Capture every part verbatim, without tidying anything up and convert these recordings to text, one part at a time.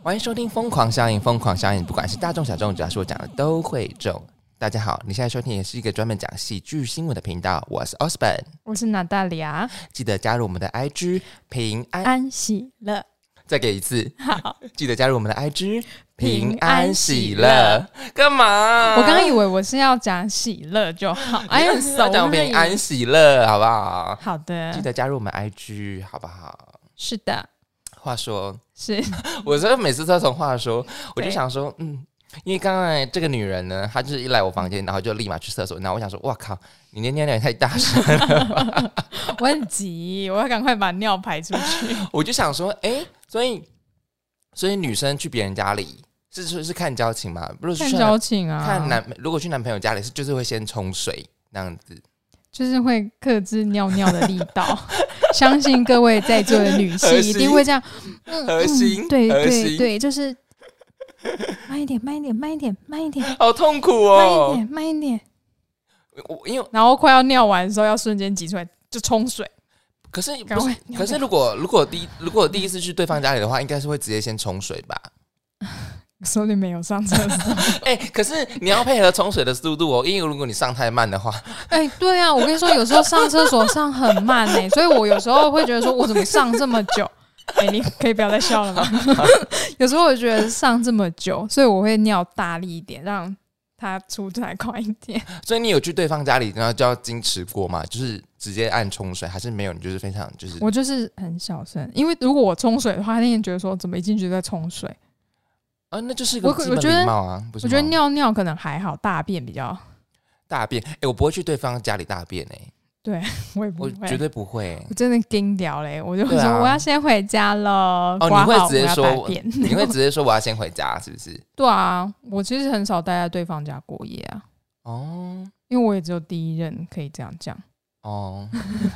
欢迎收听疯狂效应，疯狂效应不管是大众小众，只要是我讲的都会中。大家好，你现在收听也是一个专门讲喜剧新闻的频道，我是 Osborn， 我是娜大利亚， 记得加入我们的 I G 平安安喜乐， 再给一次， 好， 记得加入我们的 I G 平安喜乐。干嘛？ 我刚刚以为我是要讲喜乐就好，哎呀， 要讲平安喜乐好不好？ 好的， 记得加入我们 I G 好不好？ 是的。 话说， 是我说每次都从话说，我就想说，嗯。因为刚才这个女人呢，她就是一来我房间，然后就立马去厕所。然后我想说，哇靠，你尿尿也太大声了吧！ 我很急，我要赶快把尿排出去。 我就想说，哎、欸，所以所以女生去别人家里是是是看交情嘛？不是看交情啊？ 看男如果去男朋友家里是就是会先冲水那样子， 就是会克制尿尿的力道。相信各位在座的女性一定会这样， 嗯、核心、 嗯、对对对，就是。慢一点，慢一点，慢一点，慢一点， 好痛苦哦！ 慢一点，慢一点。 我因为然后快要尿完的时候，要瞬间挤出来就冲水。 可是不是？可是如果如果第一如果第一次去对方家里的话，应该是会直接先冲水吧？ 手里没有上厕所。 哎、欸，可是你要配合冲水的速度哦，因为如果你上太慢的话， 哎、欸，对啊，我跟你说，有时候上厕所上很慢哎、欸，所以我有时候会觉得说，我怎么上这么久？哎、欸，你可以不要再笑了吗？有时候我觉得上这么久，所以我会尿大力一点，让它出来快一点。 所以你有去对方家里，然后就要矜持过吗？就是直接按冲水，还是没有？你就是非常就是我就是很小声，因为如果我冲水的话，他那天觉得说怎么一进去就在冲水啊，那就是一个基本礼貌啊。 我觉得尿尿可能还好，大便比较大便。哎、欸，我不会去对方家里大便哎、欸。 对，我也不会， 我绝对不会、欸， 我真的惊掉嘞！我就说、啊、我要先回家了。 哦，你会直接说， 你会直接说我要先回家，是不是？ 对啊，我其实很少待在对方家过夜啊。 哦， 因为我也只有第一任可以这样讲。 哦，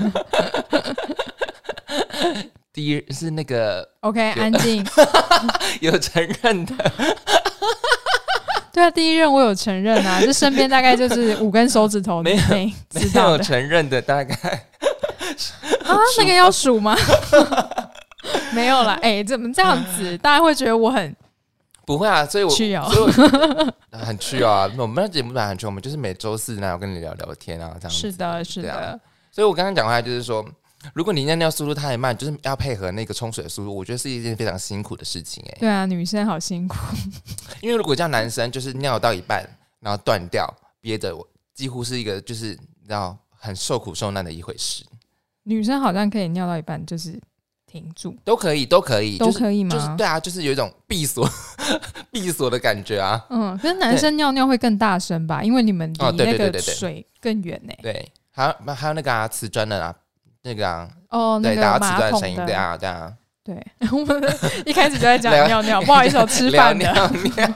第一是那个 OK， 安静， 有承认的。 对啊，第一任我有承认啊，就身边大概就是五根手指头内知道的。 没有承认的大概啊，那个要数吗？没有啦，哎、欸，怎么这样子？大家会觉得我很不会啊，所以我去哦， 所以我很去啊。我们的节目版很去，我们就是每周四那我跟你聊聊天啊，这样子。 是的，是的。 啊、所以我刚刚讲的话就是说。如果你尿尿速度太慢，就是要配合那个冲水的速度，我觉得是一件非常辛苦的事情哎、欸。 对啊，女生好辛苦。 因为如果叫男生，就是尿到一半然后断掉憋着，几乎是一个就是你知道很受苦受难的一回事。 女生好像可以尿到一半就是停住， 都可以，都可以， 都可以吗？ 就是就是、对啊，就是有一种闭锁闭锁的感觉啊。 嗯，可是男生尿尿会更大声吧？因为你们离那个水更远呢、欸。 对，还有还有那个啊，瓷砖的啊。那个啊， 哦，那个对，大家瓷砖的声音， 的对啊，对啊， 对。我们一开始就在讲尿尿，不好意思，我吃饭的。 尿尿，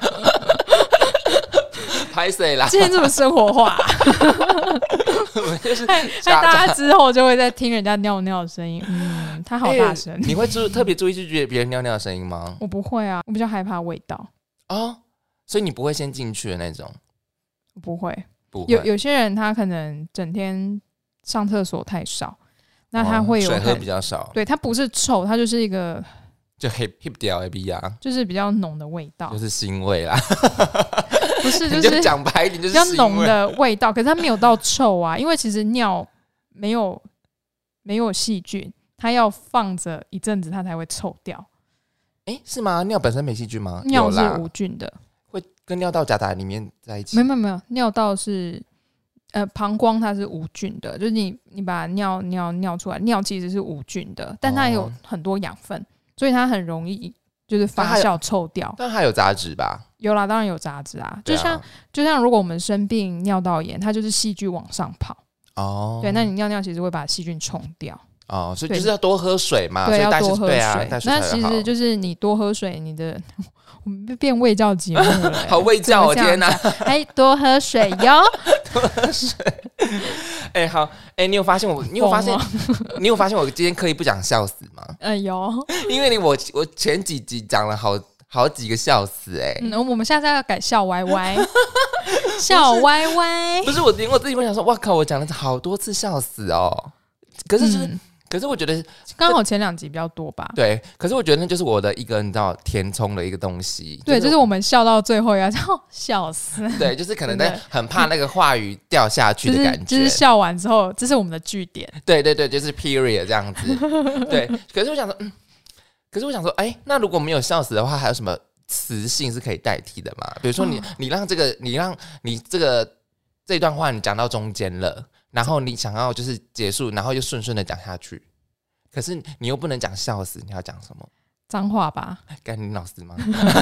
拍谁啦？ 今天这么生活化、啊， 就是害大家之后就会在听人家尿尿的声音。嗯，他好大声、欸。 你会注特别注意去觉得别人尿尿的声音吗？ 我不会啊，我比较害怕味道。 哦，所以你不会先进去的那种？ 我不会， 不会。 有有些人他可能整天上厕所太少。那它会有、 哦、水喝比较少， 对，它不是臭，它就是一个就 hip hip 掉 A B 啊， 就是比较浓的味道， 就是腥味啦。 不是，就是讲白一点，就是比较浓的味道。可是它没有到臭啊，因为其实尿没有没有细菌，它要放着一阵子它才会臭掉。 哎、欸，是吗？尿本身没细菌吗？ 尿是无菌的， 会跟尿道夹杂里面在一起。 没有没有，尿道是。呃，膀胱它是无菌的，就是你你把尿尿尿出来，尿其实是无菌的，但它有很多养分，哦、所以它很容易就是发酵臭掉。 但它有杂质吧？ 有啦，当然有杂质啊。就像、啊、就像如果我们生病尿道炎，它就是细菌往上跑。哦，对，那你尿尿其实会把细菌冲掉。 哦，所以就是要多喝水嘛。 对， 所以要多喝水。 啊、 那其实就是你多喝水，你的。我们变卫教节目了、欸， 好卫教，我天哪！ 哎，多喝水哟， 多喝水。哎、欸，好，哎、欸，你有发现我？你有发现？你有发现我今天刻意不讲笑死吗？ 哎呦， 因为你我我前几集讲了好好几个笑死、欸，哎、 嗯，我们下次要改笑歪歪，笑歪歪。 不是我，我自己会想说，哇靠，我讲了好多次笑死哦。可是就是。嗯可是我觉得刚好前两集比较多吧。 对，可是我觉得那就是我的一个你知道填充的一个东西。 对，就是、就是我们笑到最后要笑死。 对，就是可能在很怕那个话语掉下去的感觉。 就是、就是笑完之后，这是我们的句点。 对对对，就是 period 这样子。对，可是我想说，嗯，可是我想说，哎，那如果没有笑死的话，还有什么词性是可以代替的吗？比如说你，你让这个，你让你这个这段话你讲到中间了。然后你想要就是结束，然后又顺顺的讲下去，可是你又不能讲笑死，你要讲什么？ 脏话吧？ 干你老师吗？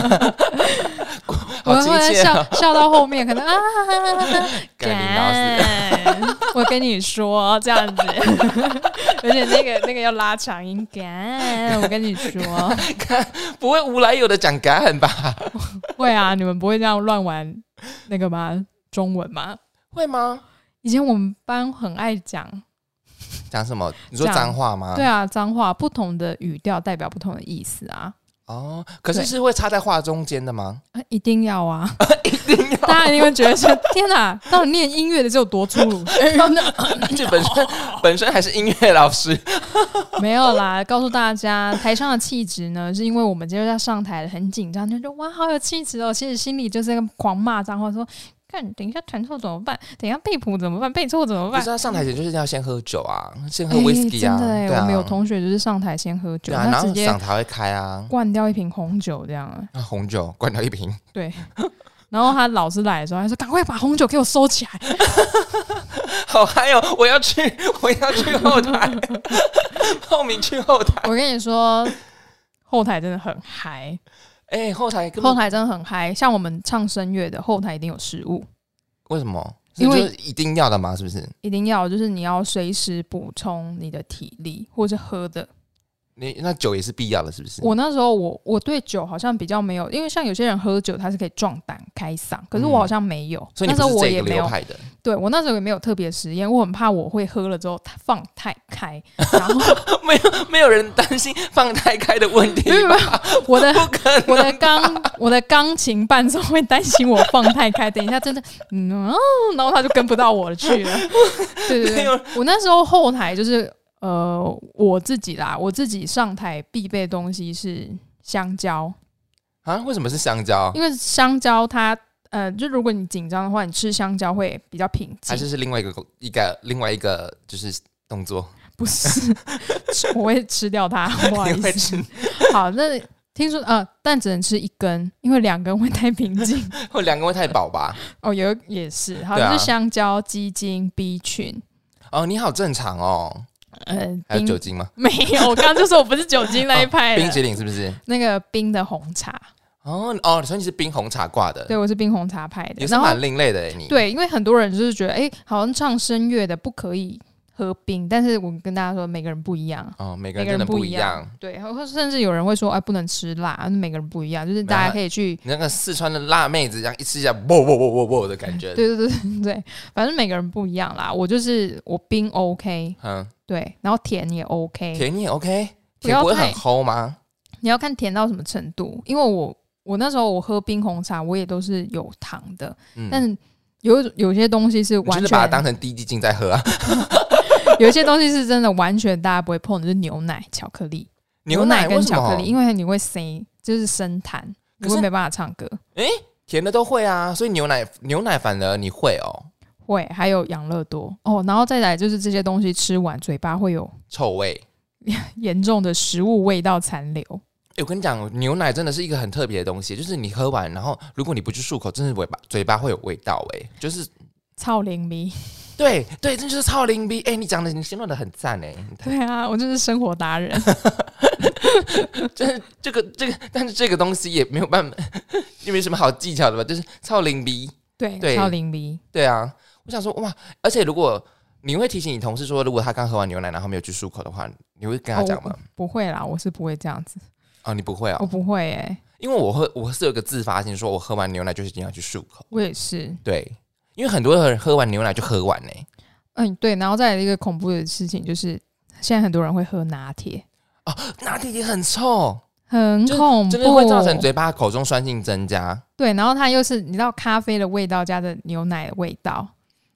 我会笑笑到后面，可能啊， 干你老师， 我跟你说这样子，而且那个那个要拉长音，干，我跟你说， 不会无来由的讲干吧？ 会啊，你们不会这样乱玩那个吗？中文吗？ 会吗？ 以前我们班很爱讲讲什么？你说脏话吗？ 对啊，脏话，不同的语调代表不同的意思啊。 哦，可是是会插在话中间的吗？ 啊、一定要啊， 一定要！ 大家一定会觉得说：天哪，到底念音乐的是有多粗鲁？ 这本身本身还是音乐老师， 没有啦。告诉大家，台上的气质呢，是因为我们今天要上台很紧张，就觉得哇，好有气质哦。其实心里就是狂骂脏话，说。看，等一下弹错怎么办？等一下背谱怎么办？背错怎么办？ 不是他上台前就是要先喝酒啊，先喝 whisky 啊。 欸、真的哎、 啊， 我们有同学就是上台先喝酒， 对啊，然后直接嗓台会开啊， 灌掉一瓶红酒这样啊。 红酒灌掉一瓶， 对。然后他老师来的时候，他说：“赶快把红酒给我收起来。” 好嗨哦！我要去，我要去后台，报名去后台。 我跟你说，后台真的很嗨。 哎、欸，后台后台真的很嗨，像我们唱声乐的后台一定有食物。 为什么？ 因为一定要的吗？是不是？ 一定要，就是你要随时补充你的体力，或者喝的。 你那酒也是必要的，是不是？ 我那时候我我对酒好像比较没有，因为像有些人喝酒他是可以壮胆开嗓，可是我好像没有，嗯、 所以你不是这个流派的。 对，我那时候也没有特别实验，我很怕我会喝了之后放太开，然后没有没有人担心放太开的问题吧。没有没有， 我的我的钢我的钢琴伴奏会担心我放太开，等一下真的嗯，然后他就跟不到我去了。对对对，我那时候后台就是。呃，我自己啦，我自己上台必备的东西是香蕉啊？为什么是香蕉？ 因为香蕉它呃，就如果你紧张的话，你吃香蕉会比较平静。 还是是另外一个一个另外一个就是动作？ 不是，我会吃掉它，不好意思。好，那听说呃，但只能吃一根，因为两根会太平静， 或两根会太饱吧？ 哦，有也是，好， 啊、 就是香蕉、鸡精、B 群。 哦，你好正常哦。呃，还有酒精吗？ 没有，我刚刚就说我不是酒精那一派的、 哦。冰淇淋是不是？ 那个冰的红茶。 哦哦，所以你是冰红茶挂的？ 对，我是冰红茶派的， 也是蛮另类的诶。你对，因为很多人就是觉得，哎、欸，好像唱声乐的不可以喝冰，但是我跟大家说，每个人不一样。 哦，每个人真的不一样。 对，甚至有人会说，哎、欸，不能吃辣，每个人不一样，就是大家可以去。 你那个四川的辣妹子，这样一吃一下，啵啵啵啵啵的感觉。 对对对对，反正每个人不一样啦。我就是我冰 OK， 嗯。对，然后甜也 OK， 甜也 OK， 甜不会很齁吗？ 你要看甜到什么程度，因为我我那时候我喝冰红茶，我也都是有糖的，嗯、但是有有些东西是完全就是把它当成滴滴精在喝啊。 有一些东西是真的完全大家不会碰的，就是牛奶、巧克力， 牛奶跟巧克力，因为你会塞，就是生痰，你会没办法唱歌。 哎、欸，甜的都会啊，所以牛奶牛奶反而你会哦。 会，还有养乐多哦，然后再来就是这些东西吃完嘴巴会有臭味， 严重的食物味道残留。 欸、我跟你讲，牛奶真的是一个很特别的东西，就是你喝完，然后如果你不去漱口，真的嘴巴嘴巴会有味道、欸，哎，就是臭灵鼻。 对对，这就是臭灵鼻。哎、欸，你讲的你形容的很赞哎、欸。 对啊，我就是生活达人。 就是这个这个，但是这个东西也没有办法，也没什么好技巧的吧？就是臭灵鼻。 对，对臭灵鼻。 对啊。我想说哇，而且如果你会提醒你同事说，如果他刚喝完牛奶然后没有去漱口的话，你会跟他讲吗、哦？ 不会啦，我是不会这样子。 哦，你不会啊、哦？ 我不会哎、欸， 因为我喝我是有个自发性，说我喝完牛奶就是一定要去漱口。 我也是， 对，因为很多人喝完牛奶就喝完嘞、欸。 嗯，对，然后再来一个恐怖的事情就是，现在很多人会喝拿铁哦，拿铁也很臭。 很恐怖， 真的会造成嘴巴口中酸性增加。 对，然后它又是你知道咖啡的味道加的牛奶的味道，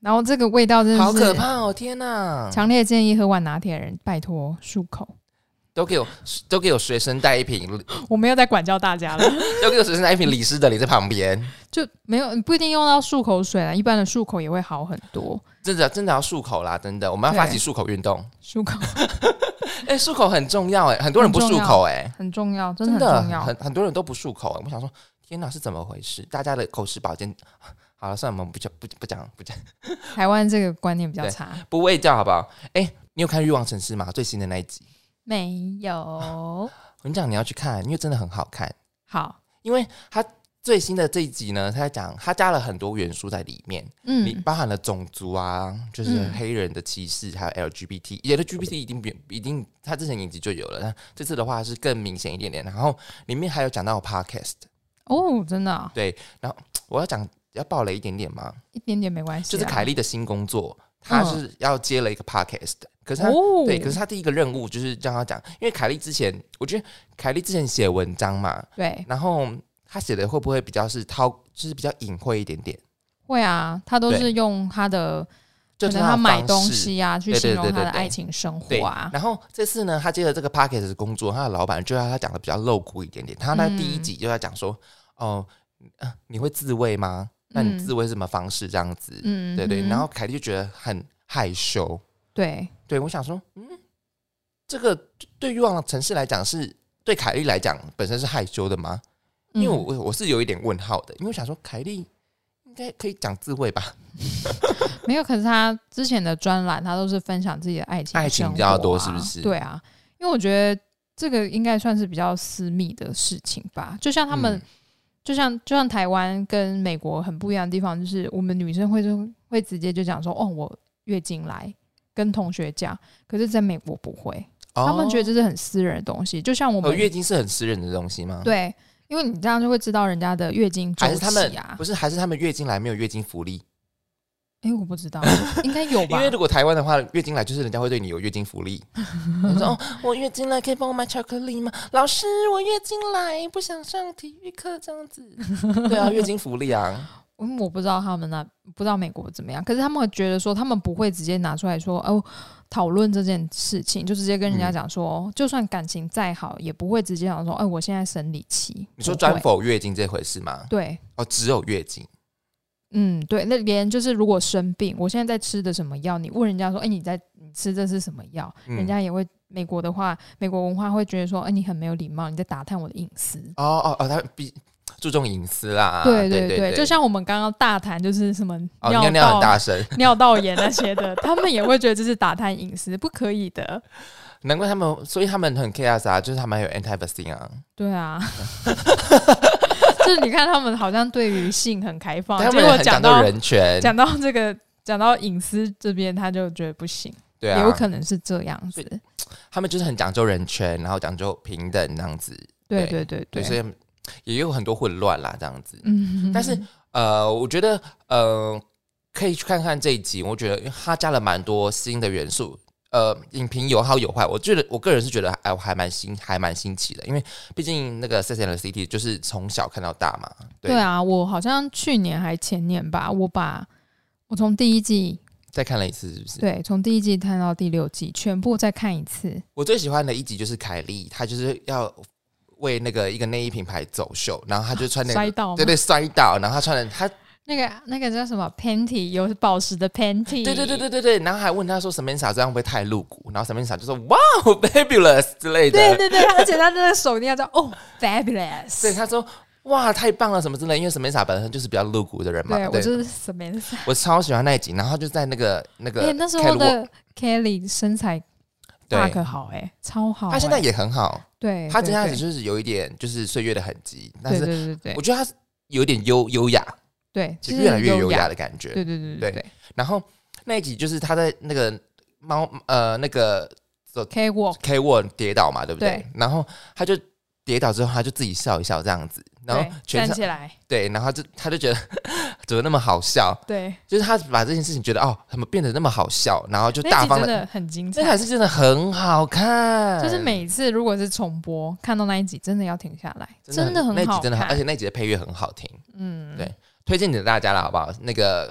然后这个味道真的是好可怕哦！天哪， 强烈建议喝完拿铁的人拜托漱口。 都给我都给我随身带一瓶， 我没有在管教大家了， 都给我随身带一瓶李施德林在旁边， 就没有不一定用到漱口水啦，一般的漱口也会好很多。 真的真的要漱口啦，真的，我们要发起漱口运动。 漱口， 哎、欸，漱口很重要哎、欸，很多人不漱口哎、欸， 很重要，真的很重要， 很很多人都不漱口、欸。我想说，天哪，是怎么回事？大家的口食保健，好了，算了，我们不讲不不讲不讲。 台湾这个观念比较差， 不卫教好不好？哎、欸，你有看《欲望城市》吗？最新的那一集。 没有， 我跟你讲，你要去看，因为真的很好看。 好， 因为它最新的这一集呢，他在讲，他加了很多元素在里面，嗯，你包含了种族啊，就是黑人的歧视，嗯、还有 L G B T，L G B T 一定一定，他之前影集就有了，但这次的话是更明显一点点。然后里面还有讲到 podcast， 哦，真的、啊， 对。然后我要讲要爆雷一点点吗？ 一点点没关系、啊， 就是凯莉的新工作。他是要接了一个 podcast，、嗯、可是他、哦、对，可是他第一个任务就是让他讲，因为凯莉之前，我觉得凯莉之前写文章嘛， 对， 然后他写的会不会比较是掏，就是比较隐晦一点点？ 会啊，他都是用他的，可能他买东西啊，去形容他的爱情生活啊。 然后这次呢，他接了这个 podcast 的工作，他的老板就要他讲的比较露骨一点点。他在第一集就要讲说，哦、嗯呃，你会自慰吗？那你自慰是什么方式？这样子，嗯，对对。然后凯莉就觉得很害羞， 对对，我想说，嗯，这个对欲望城市来讲是，对凯莉来讲本身是害羞的吗？因为我我是有一点问号的，因为我想说凯莉应该可以讲自慰吧？ 没有，可是他之前的专栏他都是分享自己的爱情、啊， 爱情比较多，是不是？ 对啊，因为我觉得这个应该算是比较私密的事情吧，就像他们。嗯就像就像台湾跟美国很不一样的地方，就是我们女生会就会直接就讲说，哦，我月经来，跟同学讲。可是在美国不会，哦、他们觉得这是很私人的东西。就像我们、 哦、月经是很私人的东西吗？ 对，因为你这样就会知道人家的月经周期啊。还是他们不是？还是他们月经来没有月经福利？ 哎、欸，我不知道，应该有吧？ 因为如果台湾的话，月经来就是人家会对你有月经福利。你说哦，我月经来可以帮我买巧克力吗？老师，我月经来不想上体育课这样子。对啊，月经福利啊。 嗯，我不知道他们那不知道美国怎么样，可是他们会觉得说，他们不会直接拿出来说哦，讨论这件事情，就直接跟人家讲说、嗯，就算感情再好，也不会直接讲说，哎，我现在生理期。 你说专否月经这回事吗？ 对， 哦，只有月经。 嗯，对，那连就是如果生病，我现在在吃的什么药，你问人家说，哎、欸，你在你吃这是什么药、嗯？人家也会，美国的话，美国文化会觉得说，哎、欸，你很没有礼貌，你在打探我的隐私。 哦哦哦，他比注重隐私啦。 对对 对, 对, 对, 对， 就像我们刚刚大谈就是什么尿道、 哦、 尿尿很大声、 尿道炎那些的，他们也会觉得这是打探隐私，不可以的。 难怪他们，所以他们很 chaos 啊，就是他们还有 anti-vaccine 啊。 对啊。就是你看他们好像对于性很开放， 他们很讲到人权， 讲到这个讲到隐私这边，他就觉得不行。 对啊， 有可能是这样子。 他们就是很讲究人权，然后讲究平等这样子。 对对对 对, 对，所以也有很多混乱啦，这样子。嗯，但是呃，我觉得呃，可以去看看这一集，我觉得他加了蛮多新的元素。呃，影评有好有坏，我觉得我个人是觉得哎，还蛮新，还蛮新奇的，因为毕竟那个 Sex and the City 就是从小看到大嘛。对, 对啊，我好像去年还前年吧，我把我从第一季再看了一次，是不是？ 对，从第一季看到第六季，全部再看一次。 我最喜欢的一集就是凯莉，她就是要为那个一个内衣品牌走秀，然后她就穿那个摔倒， 对对摔倒，然后她穿的她。 那个那个叫什么 panty 有宝石的 panty， 对对对对对对，然后还问他说 Samantha 这样会不会太露骨？然后 Samantha 就说哇 fabulous 之类的， 对对对，而且他那个手一定要叫哦 fabulous， 对，他说哇太棒了什么之类的，因为 Samantha 本身就是比较露骨的人嘛， 对，对我就是 Samantha， 我超喜欢那一集，然后就在那个那个、 欸、那时候的 Kelly 身材大可好哎、欸，超好、欸， 他现在也很好， 对， 他刚开始就是有一点就是岁月的痕迹，但是对对对对， 我觉得他有点优优雅。 对， 就越来越优雅的感觉。 对对对 对, 对。 然后那一集就是他在那个猫呃那个 K walk K walk 跌倒嘛，对不对？ 对。 然后他就跌倒之后，他就自己笑一笑这样子，然后全站起来。 对，然后就他就觉得怎么那么好笑？ 对， 就是他把这件事情觉得哦，怎么变得那么好笑，然后就大方的， 真的很精彩， 那还是真的很好看。 就是每次如果是重播看到那一集，真的要停下来，真的很好看， 那集真的好，而且那集的配乐很好听。嗯，对。推荐给大家了，好不好？那个《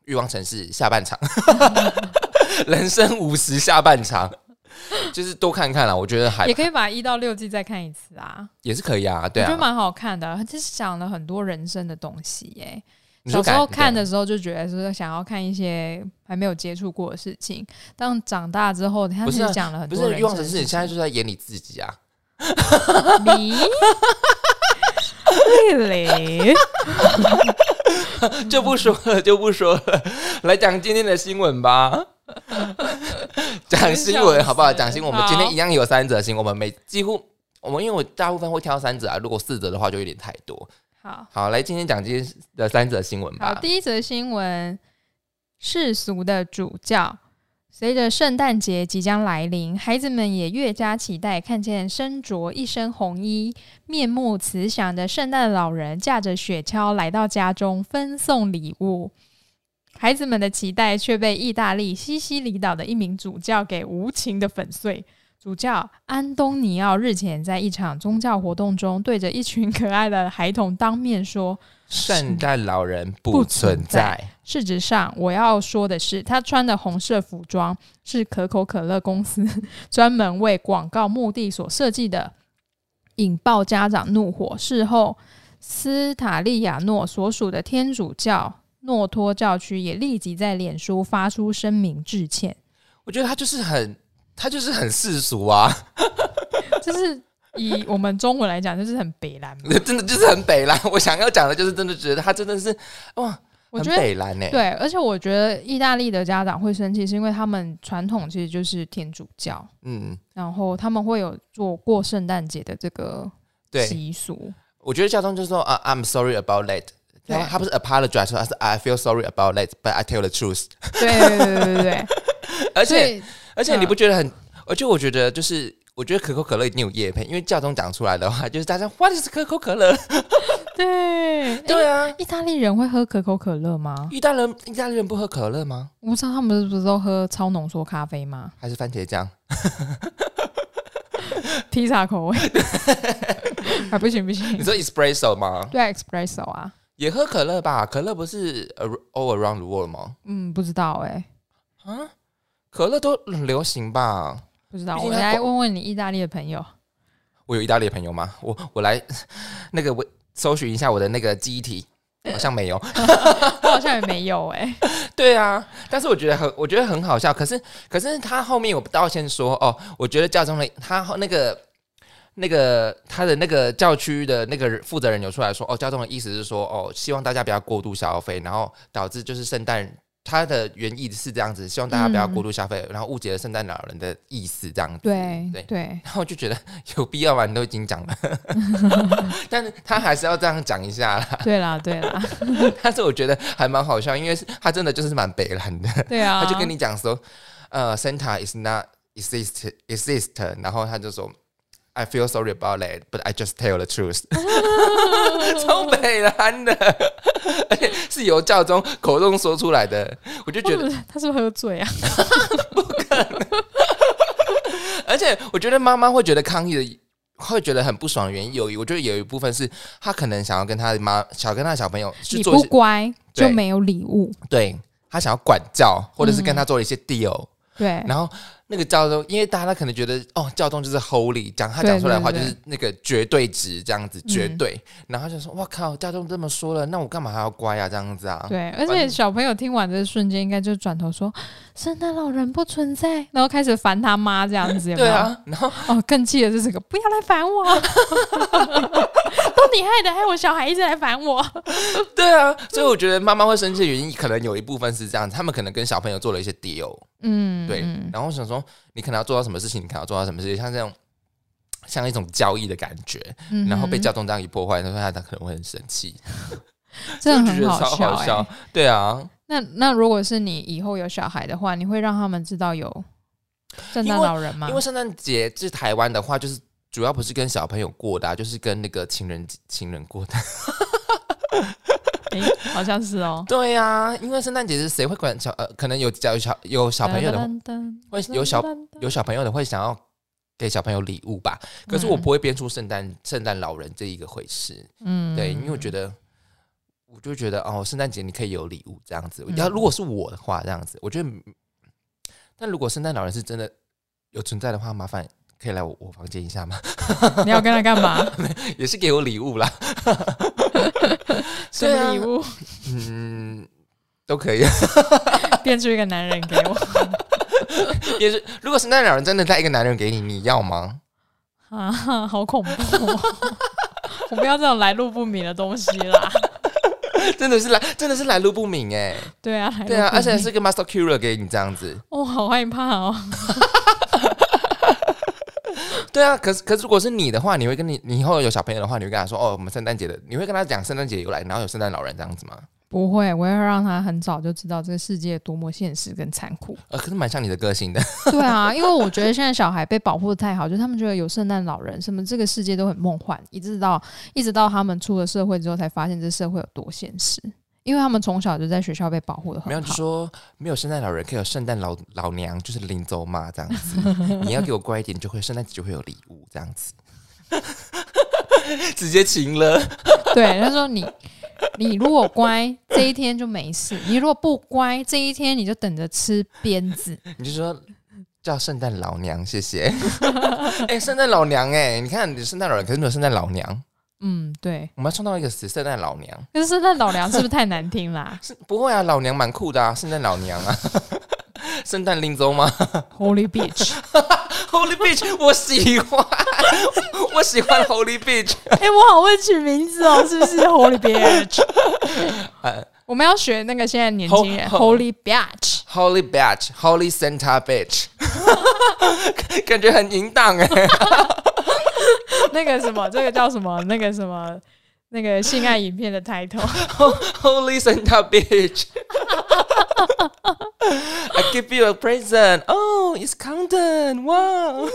欲望城市下半场，人生五十下半场，就是多看看啦。我觉得还也可以把一到六季再看一次啊， 也是可以啊，对啊， 我觉得蛮好看的，就是讲了很多人生的东西耶、欸。 小时候看的时候就觉得是想要看一些还没有接触过的事情，但长大之后，他其实讲了很多人生的事情。不是欲望城市， 你现在就在演你自己啊。 你really 就不说了，就不说了，来讲今天的新闻吧。讲新闻好不好？讲新闻，我们今天一样有三则新闻，我们每几乎我们因为我大部分会挑三则啊，如果四则的话就有点太多。 好， 好，来今天讲今天的三则新闻吧。 好，第一则新闻，世俗的主教。随着圣诞节即将来临，孩子们也越加期待看见身着一身红衣、面目慈祥的圣诞老人驾着雪橇来到家中分送礼物。孩子们的期待却被意大利西西里岛的一名主教给无情的粉碎。主教安东尼奥日前在一场宗教活动中对着一群可爱的孩童当面说， 圣诞老人不存在。 事实上，我要说的是，他穿的红色服装是可口可乐公司专门为广告目的所设计的，引爆家长怒火。事后，斯塔利亚诺所属的天主教诺托教区也立即在脸书发出声明致歉。 我觉得他就是很，他就是很世俗啊， 就是以我们中文来讲，就是很北蓝， 真的就是很北蓝。我想要讲的就是，真的觉得他真的是哇。很北蓝欸， 对，而且我觉得意大利的家长会生气，是因为他们传统其实就是天主教，嗯，然后他们会有做过圣诞节的这个习俗。 我觉得教宗就说啊 ，I'm sorry about that， 他不是 apologize， 他是 I feel sorry about that，but I tell the truth。 对对对对对， 而且而且你不觉得很？而且我觉得就是。我觉得可口可乐一定有业配，因为教宗讲出来的话，就是大家 What is 可口可乐？ 对对啊， 意大利人会喝可口可乐吗？ 意大利人意大利人不喝可乐吗？ 我不知道他们不是都喝超浓缩咖啡吗？ 还是番茄酱？ 披萨口味？啊，不行不行！ 你说 espresso 吗？ 对 ，espresso 啊， 也喝可乐吧？可乐不是 all around the world 吗？ 嗯，不知道哎、 欸。啊，可乐都很流行吧？ 不知道，我来问问你意大利的朋友。 我有意大利的朋友吗？我我来那个我搜寻一下我的那个记忆体，好像没有。 我好像也没有哎、欸。 对啊，但是我觉得很，我觉得很好笑。可是可是他后面有道歉说，哦，我觉得教宗的他那个那个他的那个教区的那个负责人有出来说，哦，教宗的意思是说，哦，希望大家不要过度消费，然后导致就是圣诞。他的原意是这样子，希望大家不要过度消费、嗯，然后误解了圣诞老人的意思，这样子。 对对对， 然后我就觉得有必要吗？你都已经讲了，但是他还是要这样讲一下啦。 对啦对啦， 但是我觉得还蛮好笑，因为他真的就是蛮北蓝的。 对啊， 他就跟你讲说，呃 ，Santa is not exist exist， 然后他就说。I feel sorry about that, but I just tell the truth 。超北蓝的，而且是由教宗口中说出来的，我就觉得他是不是喝醉啊？ 不可能。而且我觉得妈妈会觉得抗议的，会觉得很不爽的原因有，我觉得有一部分是她可能想要跟她的妈，想跟她的小朋友去做， 你不乖就没有礼物， 对，她想要管教，或者是跟她做了一些 deal，、嗯、 对， 然后。那个教宗，因为大家可能觉得哦，教宗就是 holy， 讲他讲出来的话就是那个绝对值这样子，绝对。嗯、然后他就说：“哇靠，教宗这么说了，那我干嘛还要乖啊？这样子啊？” 对，而且小朋友听完这瞬间，应该就转头说：“圣诞老人不存在。”然后开始烦他妈这样子有没有，对啊。然后哦，更气的是这个，不要来烦我，都你害的，害我小孩一直来烦我。 对啊，所以我觉得妈妈会生气的原因，可能有一部分是这样子，他们可能跟小朋友做了一些 deal。嗯，对，然后我想说，你可能要做到什么事情，你可能要做到什么事情，像这种像一种交易的感觉，嗯、然后被教宗这样一破坏，他说他可能会很生气， 真的很好笑、欸， 超好笑，对啊。 那那如果是你以后有小孩的话，你会让他们知道有圣诞老人吗？ 因为圣诞节是台湾的话，就是主要不是跟小朋友过的、啊，就是跟那个情人情人过的。 欸、好像是哦， 对呀、啊，因为圣诞节是谁会管小呃，可能有有小有小朋友的会有小有小朋友的会想要给小朋友礼物吧，可是我不会编出圣诞圣诞老人这一个回事，嗯，对，因为我觉得我就觉得哦，圣诞节你可以有礼物这样子。 嗯要如果是我的话，这样子，我觉得，但如果圣诞老人是真的有存在的话，麻烦可以来我我房间一下吗？ 你要跟他干嘛？ 也是给我礼物啦。 什么礼物？ 嗯，都可以。 变出一个男人给我。 也是，如果圣诞老人真的带一个男人给你，你要吗？ 啊，好恐怖、哦！我不要这种来路不明的东西啦。 真的是来，真的是来路不明哎。 对啊， 对啊，而且是个 Master Cura 给你这样子。 哦，好害怕哦。 对啊，可是可是如果是你的话，你会跟你你以后有小朋友的话，你会跟他说哦，我们圣诞节的，你会跟他讲圣诞节由来，然后有圣诞老人这样子吗？ 不会，我会让他很早就知道这个世界多么现实跟残酷。 呃，可是蛮像你的个性的。 对啊，因为我觉得现在小孩被保护的太好，就是他们觉得有圣诞老人，什么这个世界都很梦幻，一直到一直到他们出了社会之后，才发现这社会有多现实。因为他们从小就在学校被保护的很好。 没有就说没有圣诞老人，可以有圣诞老老娘，就是临走嘛这样子。你要给我乖一点，就会圣诞节就会有礼物这样子。直接请了。 对，他说你。你如果乖，这一天就没事；你如果不乖，这一天你就等着吃鞭子。 你就说叫圣诞老娘，谢谢。哎、欸，圣诞老娘、欸，哎，你看你圣诞老人，可是没有圣诞老娘。 嗯，对， 我们要创造一个词，圣诞老娘。 可是圣诞老娘是不是太难听啦？ 是不会啊，老娘蛮酷的啊，圣诞老娘啊。圣诞林州吗 ？Holy Beach，Holy Beach， 我喜欢，我喜欢 Holy Beach。 哎、欸，我好会取名字哦，是不是 Holy Beach？、呃、我们要学那个现在年轻人 Holy Beach，Holy Beach，Holy Santa Beach， 感觉很淫荡哎。 那个什么，这个叫什么？那个什么？那个性爱影片的 title Holy Santa Beach。I give you a present. Oh, it's content. Wow.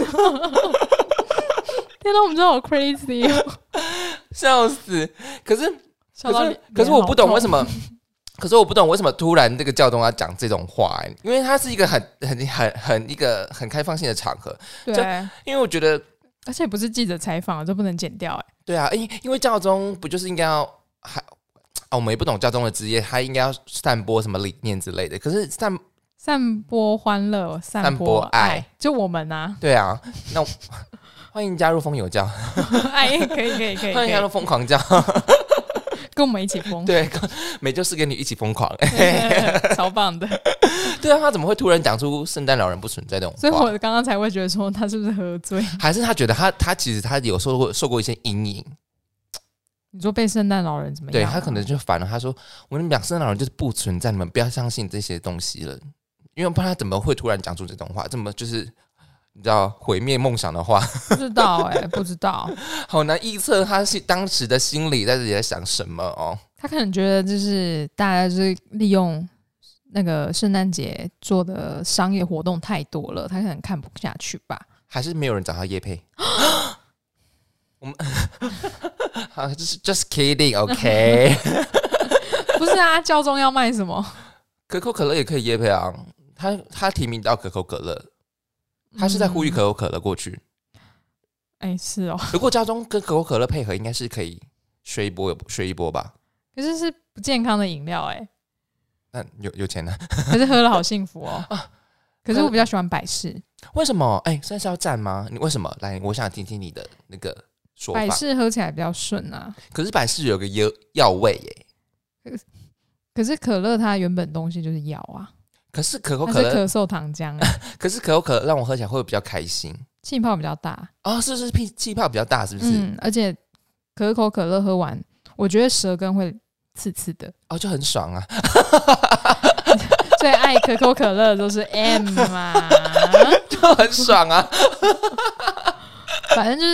天哪，我们真的好 crazy 哦！ 笑死！可是，可是，可是我不痛懂为什么，可是我不懂为什么突然这个教宗要讲这种话、欸，因为它是一个很、很、很、很一个很开放性的场合。 对， 因为我觉得， 而且不是记者采访，这不能剪掉哎、欸。 对啊，因因为教宗不就是应该要还。啊、我们也不懂教宗的职业，他应该要散播什么理念之类的。可是散散播欢乐，散播爱，就我们啊。 对啊，那欢迎加入风友教。 哎，可以可以可以， 欢迎加入疯狂教， 跟我们一起疯。 对，每周四跟你一起疯狂， 超棒的。 对啊，他怎么会突然讲出圣诞老人不存在这种话？ 所以我刚刚才会觉得说他是不是喝醉， 还是他觉得他他其实他有受过受过一些阴影。 你说被圣诞老人怎么样？ 对，他可能就烦了，他说：“我跟你们讲，圣诞老人就是不存在，你们不要相信这些东西了。”因为不然他怎么会突然讲出这种话？这么就是你知道毁灭梦想的话？ 不知道哎、欸，不知道， 好难臆测他是当时的心里在这里在想什么哦。 他可能觉得就是大家就是利用那个圣诞节做的商业活动太多了，他可能看不下去吧？ 还是没有人找他业配？我们好，就是 just kidding，OK？、Okay? 不是啊，教宗要卖什么？ 可口可乐也可以业配啊。他他提名到可口可乐，他是在呼吁可口可乐过去。 哎、嗯欸，是哦。 如果教宗跟可口可乐配合，应该是可以学一波，学一波吧。 可是是不健康的饮料哎、欸。 那有有钱呢？ 可是喝了好幸福哦。啊、可是我比较喜欢百事。 为什么？哎、欸，现在是要赞吗？你为什么？来，我想听听你的那个。 百事喝起来比较顺啊， 可是百事有个药药味耶。 可是可是可乐它原本东西就是药啊。 可是可口可乐它是咳嗽糖浆、欸， 可是可口可乐让我喝起来会比较开心， 气泡比较大哦，是是气气泡比较大，是不是？ 嗯，而且可口可乐喝完，我觉得舌根会刺刺的， 哦，就很爽啊。 最爱可口可乐都是 M 嘛， 就很爽啊。 反正就是，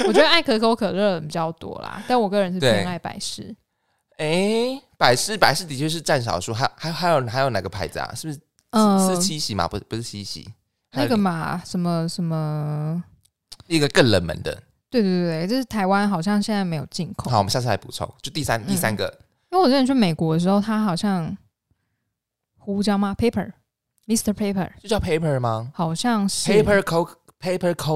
我觉得爱可口可乐比较多啦，但我个人是偏爱百事。 哎、欸，百事百事的确是占少数，还还还有还有哪个牌子啊？是不是？ 嗯、 是七喜吗？不是不是七喜， 那个嘛，什么什么， 一个更冷门的。 对对对，就是台湾好像现在没有进口。 好，我们下次来补充。就第三、嗯、第三个， 因为我之前去美国的时候，它好像胡椒吗 ？Paper，Mister Paper， 就叫 Paper 吗？ 好像是 Paper Coke。Paper Cola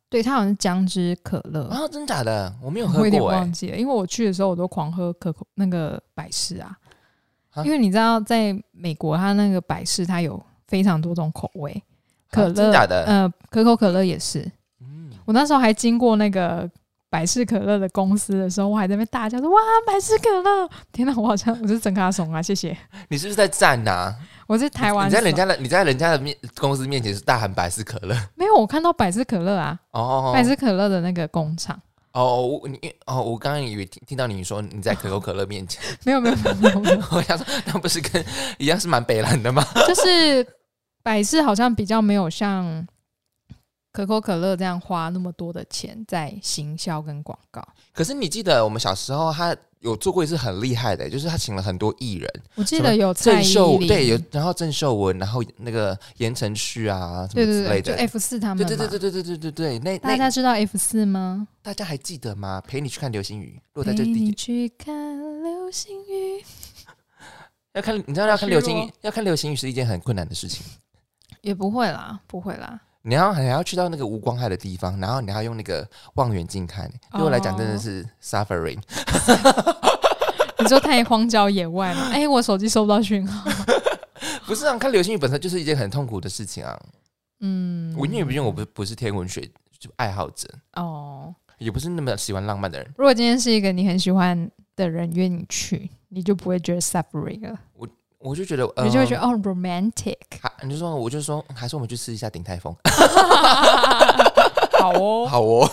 对，它好像是姜汁可乐啊，真假的？我没有喝过、欸， 我有点忘记了，因为我去的时候我都狂喝可口那个百事啊，因为你知道在美国它那个百事它有非常多种口味，可乐、啊、 真假的？ 呃，可口可乐也是。嗯，我那时候还经过那个百事可乐的公司的时候，我还在那边大叫说：“哇，百事可乐！”天哪，我好像我是整卡怂啊！谢谢。 你是不是在站啊？ 我在台湾， 你在人家的你在人家的面公司面前是大喊百事可乐？没有，我看到百事可乐啊，哦，百事可乐的那个工厂。 哦，我你哦，我刚刚以为 听, 听到你说你在可口可乐面前， 没有没有没有没有没有， 我想说那不是跟一样是蛮北蓝的吗？ 就是百事好像比较没有像可口可乐这样花那么多的钱在行销跟广告。 可是你记得我们小时候他有做过一次很厉害的，就是他请了很多艺人， 我记得有蔡依林， 对，有然后郑秀文，然后那个言承旭啊什么之类的， 对对对，就 F 四 他们嘛， 对对对对对对对对，那大家知道 F 四 吗？ 大家还记得吗？陪你去看流星雨，落在这里。陪你去看流星雨。 要看，你知道要看流星雨，要看流星雨是一件很困难的事情。 也不会啦，不会啦。 你要还要去到那个无光害的地方，然后你还要用那个望远镜看，对我来讲真的是 suffering。 你说太荒郊野外嘛？哎、欸，我手机收不到讯号。 不是啊，看流星雨本身就是一件很痛苦的事情啊。嗯，我因为毕竟我不是不是天文学爱好者哦，也不是那么喜欢浪漫的人。 如果今天是一个你很喜欢的人约你去，你就不会觉得 suffering 了。 我我就觉得，呃、 你就会觉得哦 romantic。 你就说，我就说，还是我们去吃一下鼎泰丰。 好哦， 好哦，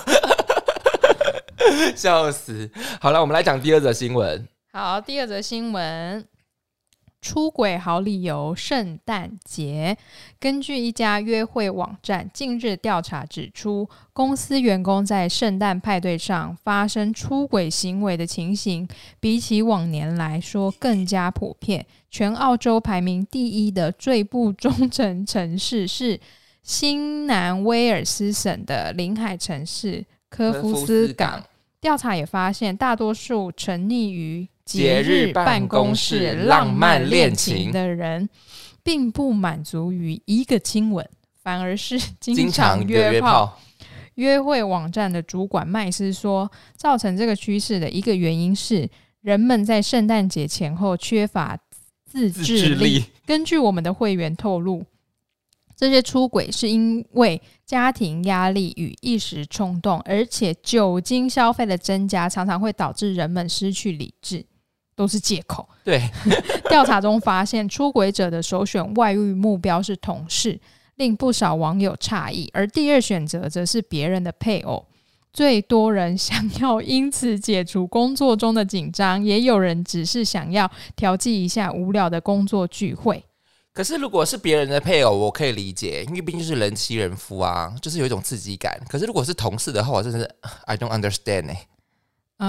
笑死！好了，我们来讲第二则新闻。 好，第二则新闻。出轨好理由，圣诞节。根据一家约会网站近日调查指出，公司员工在圣诞派对上发生出轨行为的情形，比起往年来说更加普遍。全澳洲排名第一的最不忠诚城市是新南威尔斯省的临海城市科夫斯港。调查也发现，大多数沉溺于节日办公室浪漫恋情的人并不满足于一个亲吻，反而是经常约炮。约会网站的主管麦斯说，造成这个趋势的一个原因是人们在圣诞节前后缺乏自制力。根据我们的会员透露，这些出轨是因为家庭压力与一时冲动，而且酒精消费的增加常常会导致人们失去理智，都是借口。 对， 调查中发现，出轨者的首选外遇目标是同事，令不少网友诧异，而第二选择则是别人的配偶。最多人想要因此解除工作中的紧张，也有人只是想要调剂一下无聊的工作聚会。 可是如果是别人的配偶，我可以理解，因为毕竟就是人妻人夫啊，就是有一种刺激感。可是如果是同事的话，我真的是 I don't understand 哎、欸。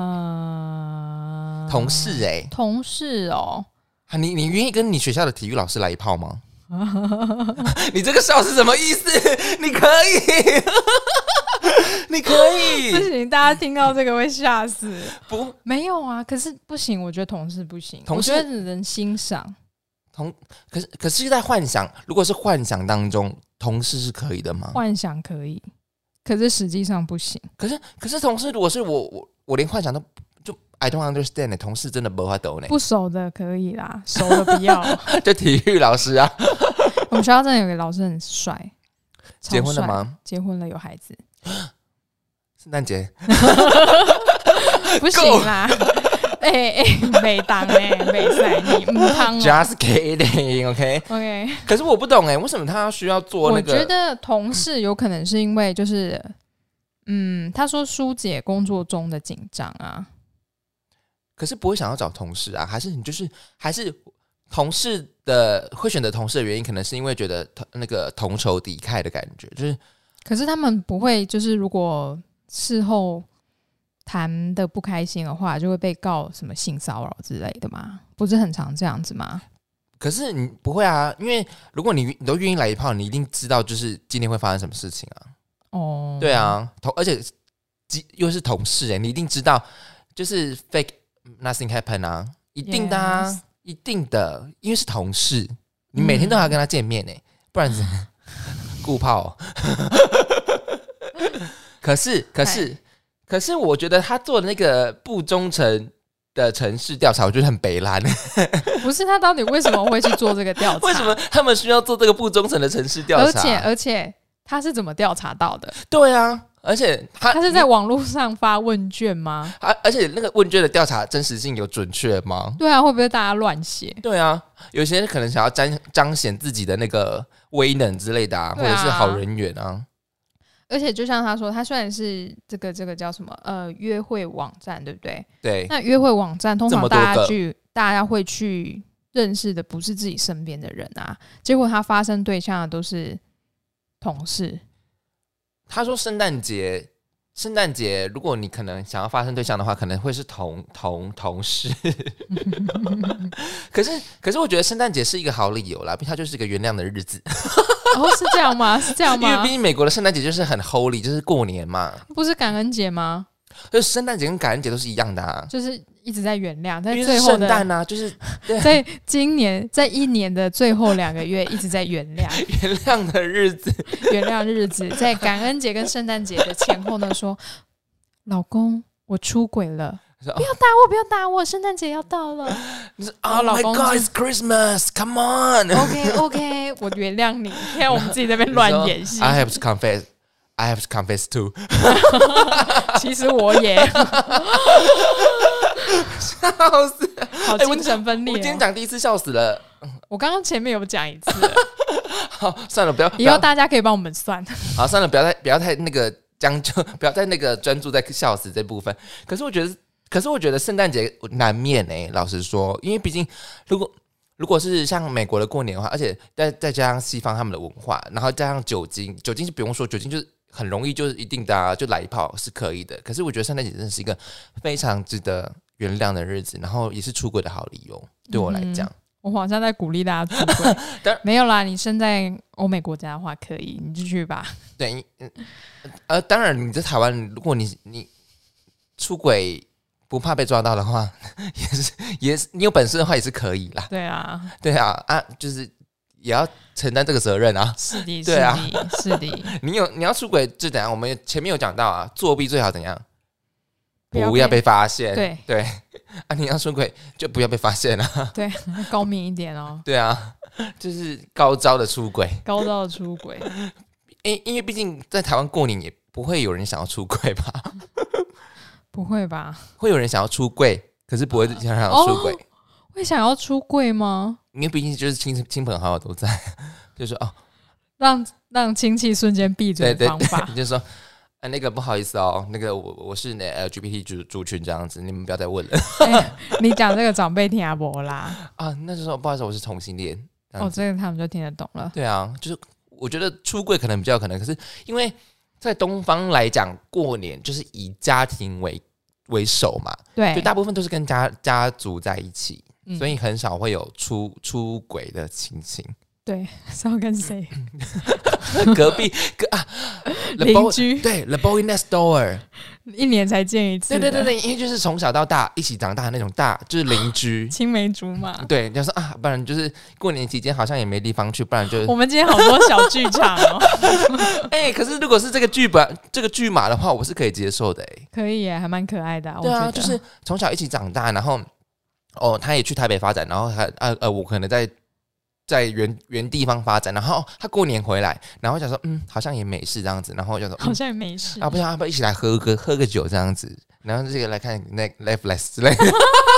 呃，同事哎、欸， 同事哦， 你你愿意跟你学校的体育老师来一炮吗？你这个笑是什么意思？你可以，你可以， 不行，大家听到这个会吓死。 不， 没有啊，可是不行，我觉得同事不行， 同事我觉得只能欣赏。 同可是可是在幻想，如果是幻想当中，同事是可以的吗？ 幻想可以，可是实际上不行。 可是可是同事，如果是我我我连幻想都就 I don't understand、欸、同事真的没法懂呢。 不熟的可以啦，熟的不要。 就体育老师啊， 我们学校真的有个老师很帅， 结婚了吗？ 结婚了，有孩子。 圣诞节不行啦。哎哎，没当哎，没赛你唔汤。 Just kidding，OK OK。 可是我不懂哎，为什么他需要做那个？ 我觉得同事有可能是因为就是，嗯，他说疏解工作中的紧张啊。 可是不会想要找同事啊？还是你就是还是同事的会选择同事的原因，可能是因为觉得那个同仇敌忾的感觉，就是。 可是他们不会，就是如果事后。谈的不开心的话，就会被告什么性骚扰之类的吗？不是很常这样子吗？ 可是你不会啊，因为如果 你, 你都愿意来一炮，你一定知道就是今天会发生什么事情啊。哦，对啊，而且又是同事哎、欸，你一定知道就是 fake nothing happen 啊，一定的啊， yes. 一定的，因为是同事，你每天都要跟他见面哎、欸，嗯、不然顾炮、哦。 可是可是可是，我觉得他做的那个不忠诚的城市调查，我觉得很北蓝。 不是他到底为什么会去做这个调查？ 为什么他们需要做这个不忠诚的城市调查？ 而且而且他是怎么调查到的？ 对啊，而且他他是在网络上发问卷吗？ 啊，而且那个问卷的调查真实性有准确吗？ 对啊，会不会大家乱写？ 对啊，有些人可能想要彰彰显自己的那个威能之类的啊， 对啊或者是好人缘啊。 而且就像他说，他虽然是这个这个叫什么呃约会网站，对不对？ 对。 那约会网站通常这么多个大家去大家会去认识的不是自己身边的人啊，结果他发生对象的都是同事。 他说圣诞节，圣诞节如果你可能想要发生对象的话，可能会是同同同事。可是可是我觉得圣诞节是一个好理由啦，毕竟它就是一个原谅的日子。 哦，是这样吗？是这样吗？ 因为毕竟美国的圣诞节就是很 holy， 就是过年嘛。 不是感恩节吗？ 就是圣诞节跟感恩节都是一样的啊， 就是一直在原谅，在因为最后的圣诞啊，就是在今年在一年的最后两个月一直在原谅原谅的日子， 原谅日子，在感恩节跟圣诞节的前后呢，说老公我出轨了。不要打我，不要打我！圣诞节要到了。 Oh my God, it's Christmas! Come on. OK OK， 我原谅你。现在我们自己在那边乱演戏。 I have to confess, I have to confess too. 其实我也笑死， 好精神分裂、哦欸。 我今天讲第一次笑死了。 我刚刚前面有讲一次了。 好，算了，不要。 以后大家可以帮我们算。 好，算了，不要太不要太那个将就，不要再那个专注在笑死这部分。可是我觉得。可是我觉得圣诞节难免哎、欸，老实说，因为毕竟如果如果是像美国的过年的话，而且再再加上西方他们的文化，然后加上酒精，酒精就不用说，酒精就是很容易就是一定的、啊、就来一炮是可以的。可是我觉得圣诞节真的是一个非常值得原谅的日子，然后也是出轨的好理由，对我来讲、嗯。 我好像在鼓励大家出轨，没有啦，你身在欧美国家的话可以，你就去吧。 对，呃，当然你在台湾，如果你你出轨。不怕被抓到的话，也是也是你有本事的话也是可以啦。 对啊， 对啊啊，就是也要承担这个责任啊。 是的， 对啊， 是的。 你有你要出轨就怎样？我们前面有讲到啊，作弊最好怎样？ 不要被， 不要被发现。 对对啊，你要出轨就不要被发现啊。 对，高明一点哦。 对啊，就是高招的出轨， 高招的出轨。 因因为毕竟在台湾过年也不会有人想要出轨吧。 不会吧？ 会有人想要出柜，可是不会想要出轨、哦。 会想要出柜吗？ 因为毕竟就是亲亲朋好友都在，就说哦， 让让亲戚瞬间闭嘴的方法， 对对对，就说哎，那个不好意思哦，那个我我是那 L G B T 族族群这样子，你们不要再问了。 欸、你讲这个长辈听不啦？ 啊，那就说不好意思，我是同性恋。 哦，这个他们就听得懂了。 对啊，就是我觉得出柜可能比较有可能，可是因为在东方来讲，过年就是以家庭为为首嘛， 对， 就大部分都是跟家家族在一起、 嗯， 所以很少会有出出轨的情形。 对，是要跟谁？ 隔壁隔啊， 邻居， 对 ，the boy next door， 一年才见一次。 对对对对，因为就是从小到大一起长大的那种大，就是邻居， 青梅竹马。 对，就说啊，不然就是过年期间好像也没地方去，不然就我们今天好多小剧场哦。 哎、欸，可是如果是这个剧本这个剧码的话，我是可以接受的哎、欸。 可以耶，还蛮可爱的、啊。 对啊，就是从小一起长大，然后哦，他也去台北发展，然后他呃呃，我可能在。在原原地方发展，然后他过年回来，然后想说，嗯，好像也没事这样子，然后就说，嗯、 好像也没事啊，不想要不要一起来喝个喝个酒这样子，然后这个来看那 Netflix 之类的，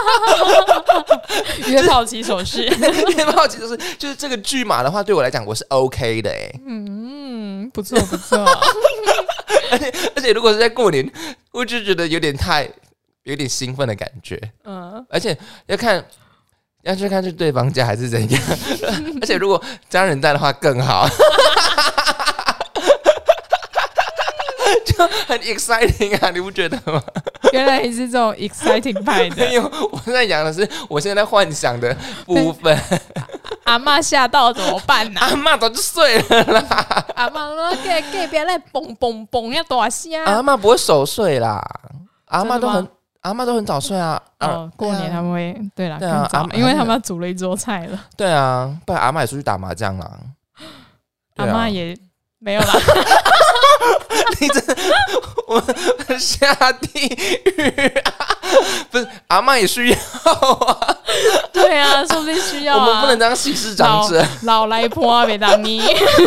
约炮起手式， 约炮起手式，就是这个剧码的话，对我来讲我是 OK 的哎、欸， 嗯，不错不错， 而且而且如果是在过年，我就觉得有点太有点兴奋的感觉，嗯，而且要看。要去看去对方家还是怎样，而且如果家人在的话更好，就很 exciting 啊，你不觉得吗？ 原来你是这种 exciting 派的， 因为我在讲的是我现在幻想的部分。 阿嬷吓到怎么办呢、啊？ 阿嬷早就睡了啦。 阿嬷说：“隔隔壁来蹦蹦蹦要大声。” 阿嬷不会守睡啦，阿嬷都很。阿嬷都很早睡啊！ 哦，过年他们会对啦，更早，因为他们煮了一桌菜了。 对啊，不然阿嬷也出去打麻将啦。 阿嬷也没有啦。 你真的我们下地狱啊！不是阿嬷也需要啊。 对啊，说不定需要啊。 我们不能当稀世长者， 老来婆别当你。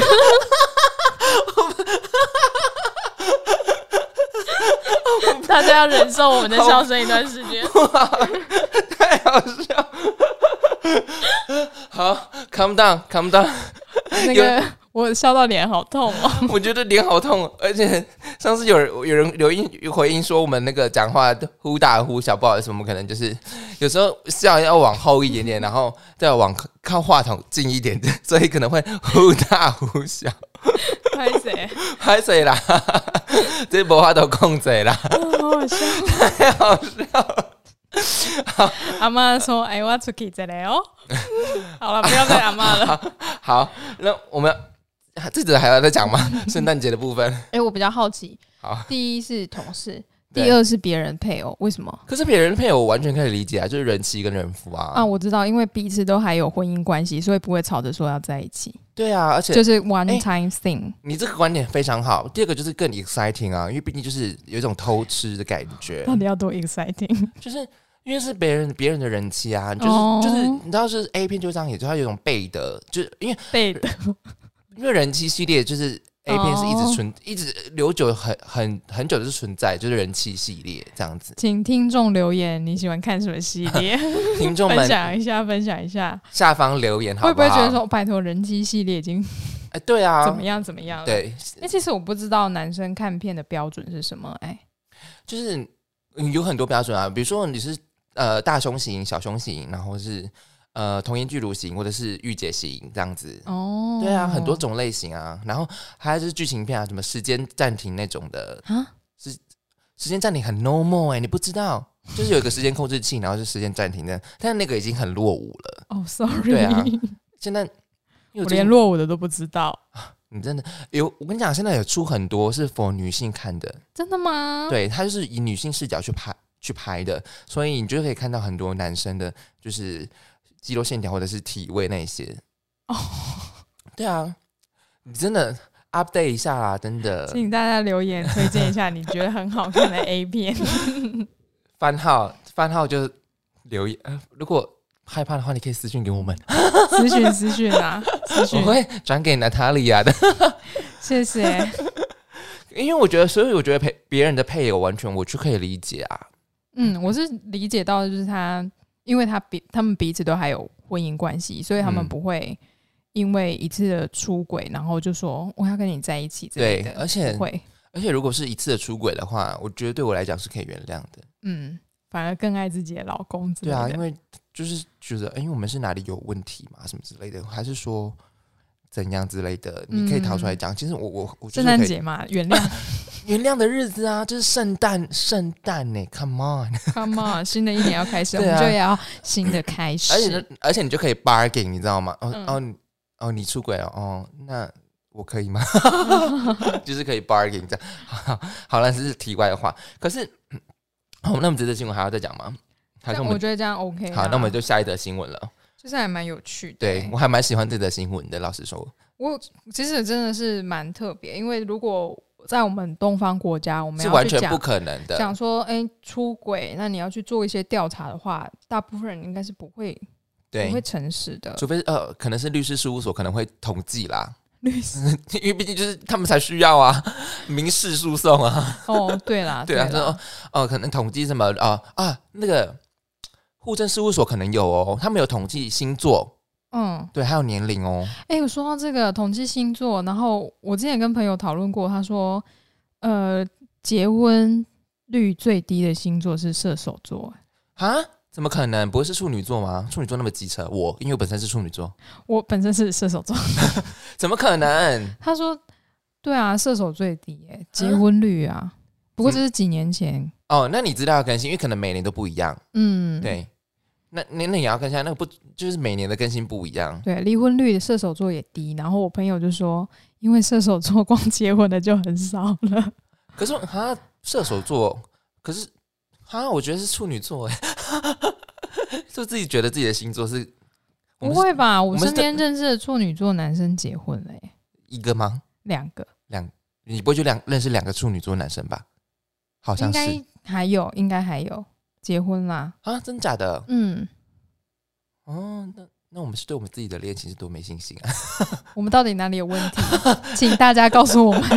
大家要忍受我们的笑声一段时间。 太好笑。好 ，calm down，calm down。 那个我笑到脸好痛哦。 我觉得脸好痛，而且上次有人有人留言回应说我们那个讲话忽大忽小，不好意思，我们可能就是有时候笑要往后一点点，然后再往靠话筒近一点点，所以可能会忽大忽小。 拍谁？ 拍谁啦？这没法都控制啦。 好好笑， 太好笑了。 阿嬷说：“哎，我要出去这里哦。”好了，不要再阿嬷了。 好，好，那我们这则还要再讲吗？圣诞节的部分。 哎、欸，我比较好奇。 好， 第一是同事，第二是别人配偶，为什么？ 可是别人配偶我完全可以理解啊，就是人妻跟人夫啊。 啊，我知道，因为彼此都还有婚姻关系，所以不会吵着说要在一起。 对啊，而且就是 one time thing、欸。 你这个观点非常好。第二个就是更 exciting 啊，因为毕竟就是有一种偷吃的感觉。 到底要多 exciting？ 就是因为是别人别人的人妻啊，就是、oh. 就是你知道，就是 A 片就这样，也就它有一种背的，就是因为背的， 因为人妻系列就是 A 片是一直存、oh. 一直留久很很很久的是存在，就是人妻系列这样子。 请听众留言，你喜欢看什么系列？ 听众们分享一下，分享一下， 下方留言好不好？ 会不会觉得说，拜托人妻系列已经？ 哎、欸，对啊， 怎么样？怎么样？ 对， 哎、欸，其实我不知道男生看片的标准是什么。哎、欸， 就是有很多标准啊，比如说你是呃大胸型、小胸型，然后是呃童颜巨乳型，或者是御姐型这样子。哦，对啊，很多种类型啊。然后还有就是剧情片啊，什么时间暂停那种的啊，是时间暂停很 normal 哎、欸，你不知道，就是有一个时间控制器，然后是时间暂停的，但是那个已经很落伍了。 哦 ，sorry， 对啊，现在。 我连落伍的都不知道， 你真的有？我跟你讲，现在有出很多是 for 女性看的， 真的吗？对， 它就是以女性视角去拍去拍的，所以你就可以看到很多男生的，就是肌肉线条或者是体位那些。哦，对啊，你真的 update 一下啦，真的， 请大家留言推荐一下你觉得很好看的 A 片。 番号番号就留言，呃、如果。害怕的话，你可以私讯给我们。 私讯私讯啊，私讯我会转给娜塔莉亚的。 谢谢。 因为我觉得，所以我觉得配别人的配偶完全我就可以理解啊。 嗯，我是理解到，就是他，因为他彼他们彼此都还有婚姻关系，所以他们不会因为一次的出轨，然后就说我要跟你在一起之类的。 对，而且不会， 而且如果是一次的出轨的话，我觉得对我来讲是可以原谅的。 嗯。反而更爱自己的老公之类的。 对啊，因为就是觉得，哎、欸，因为我们是哪里有问题嘛，什么之类的，还是说怎样之类的，你可以掏出来讲。嗯、其实我我我圣诞节嘛，原谅原谅的日子啊，就是圣诞圣诞呢 ，Come on，Come on， 新的一年要开始，啊、我们就要新的开始。 而且而且你就可以 bargain， 你知道吗？哦、嗯、哦哦，你出轨了哦，那我可以吗？就是可以 bargain 这样。好，好了，这是题外的话，可是。好，那我们这则新闻还要再讲吗？还是我们我觉得这样 OK。 好，那我们就下一则新闻了。 就是还蛮有趣的。 对，我还蛮喜欢这则新闻的。老实说， 我其实真的是蛮特别，因为如果在我们东方国家，我们要是完全不可能的。 讲说，哎、欸，出轨，那你要去做一些调查的话，大部分人应该是不会，对，不会诚实的。 除非呃，可能是律师事务所可能会统计啦。 律师， 因为毕竟就是他们才需要啊，民事诉讼啊。 哦，对啦， 对啊，说哦、呃，可能统计什么啊、呃、啊，那个户政事务所可能有哦，他们有统计星座，嗯，对，还有年龄哦。 哎、欸，我说到这个统计星座，然后我之前跟朋友讨论过，他说，呃，结婚率最低的星座是射手座。 啊？怎么可能？不会是处女座吗？处女座那么机车，我因为我本身是处女座， 我本身是射手座， 怎么可能？ 他说，对啊，射手最低耶，结婚率啊。啊不过这是几年前、嗯、 哦，那你资料要更新，因为可能每年都不一样。嗯，对，那那那也要更新，那个不就是每年的更新不一样？ 对，离婚率的射手座也低。然后我朋友就说，因为射手座光结婚的就很少了。 可是他射手座，可是。啊，我觉得是处女座哎，就自己觉得自己的星座是， 不会吧？我身边认识的处女座男生结婚了、欸， 一个吗？ 两个。 两，你不会就两认识两个处女座男生吧？好像是。 应该还有，应该还有结婚啦。 啊，真假的？ 嗯。 哦，那那我们是对我们自己的恋情是多没信心啊！ 我们到底哪里有问题？请大家告诉我们。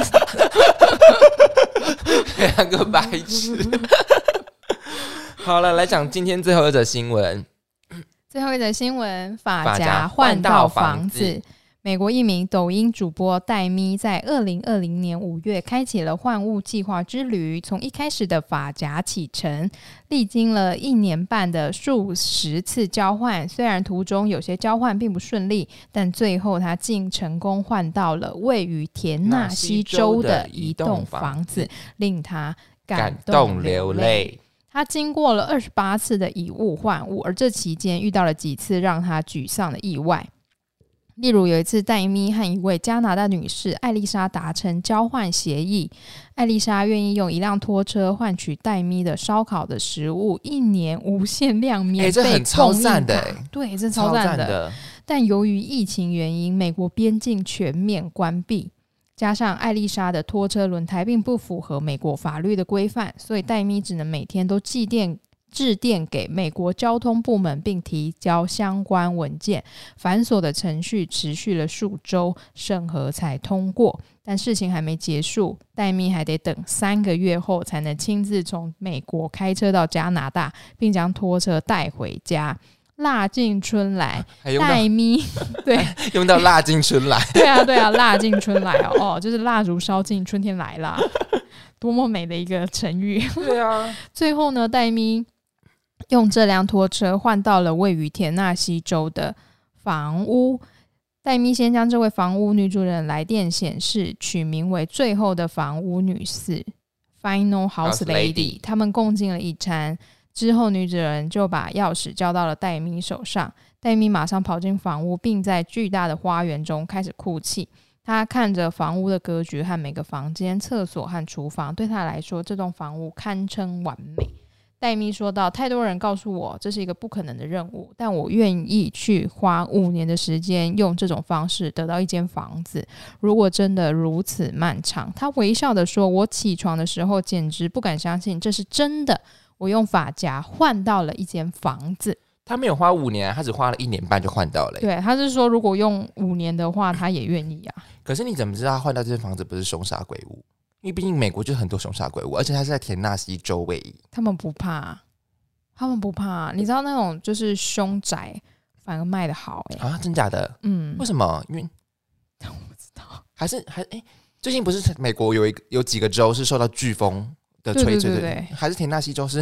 两个白痴。好了，来讲今天最后一则新闻。 最后一则新闻，发发夹夹换换到到房子房子。美国一名抖音主播戴咪在二零二零年五月开启了换物计划之旅，从一开始的发夹启程，历经了一年半的数十次交换。虽然途中有些交换并不顺利，但最后他竟成功换到了位于田纳西州的一栋房子，令他感动流泪。他经过了二十八次的以物换物，而这期间遇到了几次让他沮丧的意外。例如有一次，戴咪和一位加拿大女士艾丽莎达成交换协议，艾丽莎愿意用一辆拖车换取戴咪的烧烤的食物，一年无限量免费供应、欸、这很超赞的、欸、对，这超赞 的, 的但由于疫情原因，美国边境全面关闭，加上艾丽莎的拖车轮胎并不符合美国法律的规范，所以戴咪只能每天都寄电致电给美国交通部门并提交相关文件，繁琐的程序持续了数周，审核才通过。但事情还没结束，戴咪还得等三个月后才能亲自从美国开车到加拿大，并将拖车带回家。腊尽春来，戴咪对用到腊尽春来， 对啊对啊，腊尽春来哦哦，就是蜡烛烧尽，春天来啦，多么美的一个成语。 对啊， 最后呢，戴咪用这辆拖车换到了位于田纳西州的房屋。戴咪先将这位房屋女主人来电显示取名为最后的房屋女士 Final House Lady， 他们共进了一餐之后，女主人就把钥匙交到了戴咪手上。戴咪马上跑进房屋，并在巨大的花园中开始哭泣。她看着房屋的格局和每个房间、厕所和厨房，对她来说这栋房屋堪称完美。戴咪说道，太多人告诉我这是一个不可能的任务，但我愿意去花五年的时间用这种方式得到一间房子，如果真的如此漫长。他微笑地说，我起床的时候简直不敢相信这是真的，我用发夹换到了一间房子。 他没有花五年，他只花了一年半就换到了。 对，他是说如果用五年的话他也愿意啊。 可是你怎么知道他换到这间房子不是凶杀鬼屋？因为毕竟美国就很多凶杀鬼屋，而且他是在田纳西州位移。 他们不怕，他们不怕。你知道那种就是凶宅反而卖得好哎、欸、 啊，真假的？嗯，为什么？因为我不知道，还是还哎、欸，最近不是美国有一个有几个州是受到飓风的吹吹，对对对对，还是田纳西州是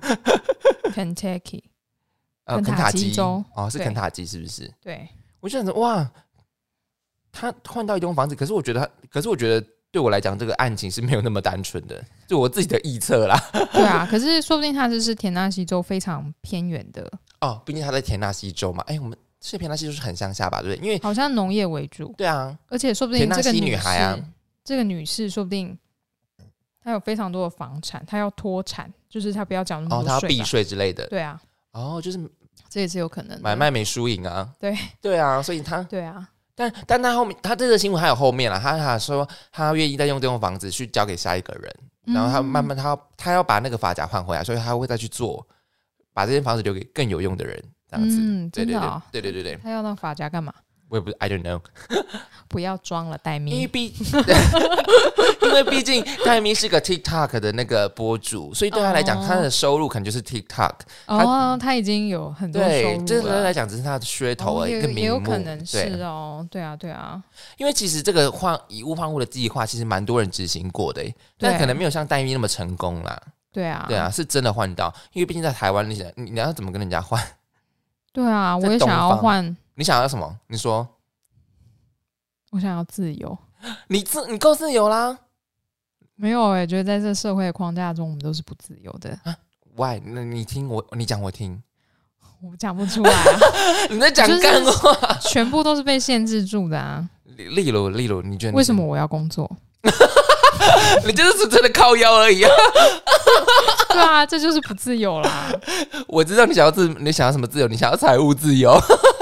Kentucky， 呃，肯塔基州哦，是肯塔基是不是？ 对， 我就想说哇，他换到一栋房子，可是我觉得，可是我觉得。对我来讲，这个案情是没有那么单纯的，就我自己的臆测啦。 对啊，可是说不定他就是田纳西州非常偏远的哦，毕竟他在田纳西州嘛。哎，我们是田纳西州是很乡下吧？对不对？因为好像农业为主。 对啊， 而且说不定这个女孩啊， 这个女士说不定她有非常多的房产，她要脱产，就是她不要缴那么多税、哦， 她要避税之类的。 对啊， 哦，就是这也是有可能的， 买卖没输赢啊。 对对啊，所以她对啊。 但但他后面，他这个新闻还有后面啦，他他说他愿意再用这栋房子去交给下一个人，嗯、然后他慢慢他要他要把那个发夹换回来，所以他会再去做，把这间房子留给更有用的人，这样子。 嗯，真的、哦， 对对对对对。 他要那发夹干嘛？ 我也不 ，I don't know 。 不要装了，戴咪。 因为毕，因为毕竟戴咪是个 TikTok 的那个博主，所以对他来讲，哦、他的收入可能就是 TikTok。 哦，他已经有很多收入了。 对，这对他来讲只是他的噱头而已，一个名目。 也有可能是哦，对啊，对啊。 因为其实这个换以物换物的计划，其实蛮多人执行过的，但可能没有像戴咪那么成功啦。 对啊， 对啊，是真的换到，因为毕竟在台湾，你想你要怎么跟人家换？ 对啊，我也想要换。 你想要什么？你说。 我想要自由。 你自你够自由啦？ 没有哎、欸，觉得在这社会的框架中，我们都是不自由的。 啊 Why？ 那你听我，你讲我听。 我讲不出来啊！ 你在讲干话， 全部都是被限制住的啊。 例如，例如，你觉得你为什么我要工作？ 你就是真的靠腰而已啊！ 对啊，这就是不自由啦。 我知道你想要自，你想要什么自由？你想要财务自由。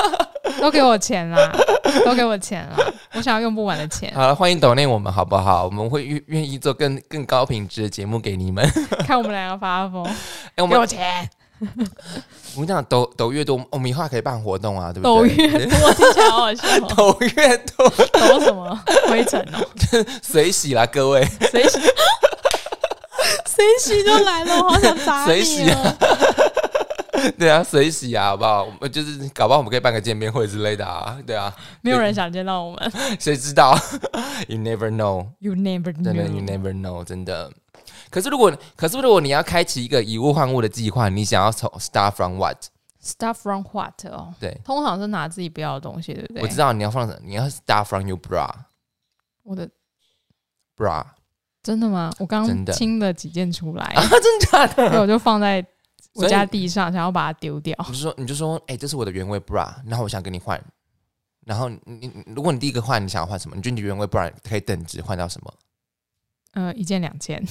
都给我钱啦，都给我钱啦！我想要用不完的钱。 好了，欢迎抖内我们好不好？我们会愿意做更更高品质的节目给你们。 看我们两个发疯， 欸、我们给我钱！ 我跟你讲，抖抖越多，我们以后还可以办活动啊，对不抖对？ 越多，听起来好好笑、哦。 抖越多， 抖什么？灰尘哦， 水洗啦，各位， 水洗，水洗就来了，我好想砸你、哦。 水洗啊！对啊，水洗啊，好不好？我们就是搞不好我们可以办个见面会之类的啊，对啊。 没有人想见到我们， 谁知道 ？You never know. You never know. 真的 ，You never know， 真的。可是如果，可是如果你要开启一个以物换物的计划，你想要从 start from what？ Start from what 哦？ 对， 通常是拿自己不要的东西，对不对？ 我知道你要放什么，你要 start from your bra。 我的 bra 真的吗？我刚真的清了几件出来， 啊，真假的？ 所以我就放在我家地上，想要把它丢掉。 你就说，你就说，哎、欸，这是我的原味 bra， 然后我想跟你换。然后你，你如果你第一个换，你想要换什么？你觉得你原味 bra 可以等值换到什么？ 呃，一件两件，